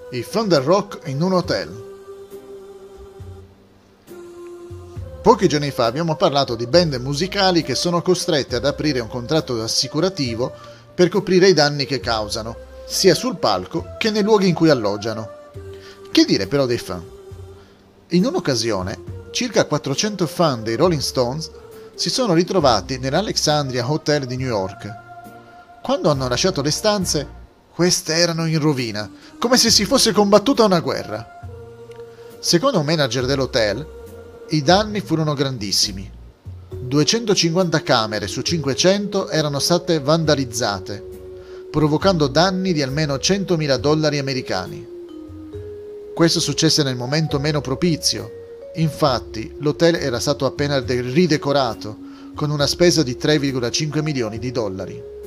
I Thunder Rock in un hotel. Pochi giorni fa abbiamo parlato di band musicali che sono costrette ad aprire un contratto assicurativo per coprire i danni che causano, sia sul palco che nei luoghi in cui alloggiano. Che dire però dei fan? In un'occasione, circa 400 fan dei Rolling Stones si sono ritrovati nell'Alexandria Hotel di New York. Quando hanno lasciato le stanze, queste erano in rovina, come se si fosse combattuta una guerra. Secondo un manager dell'hotel, i danni furono grandissimi. 250 camere su 500 erano state vandalizzate, provocando danni di almeno $100.000 americani. Questo successe nel momento meno propizio. Infatti, l'hotel era stato appena ridecorato, con una spesa di $3,5 milioni.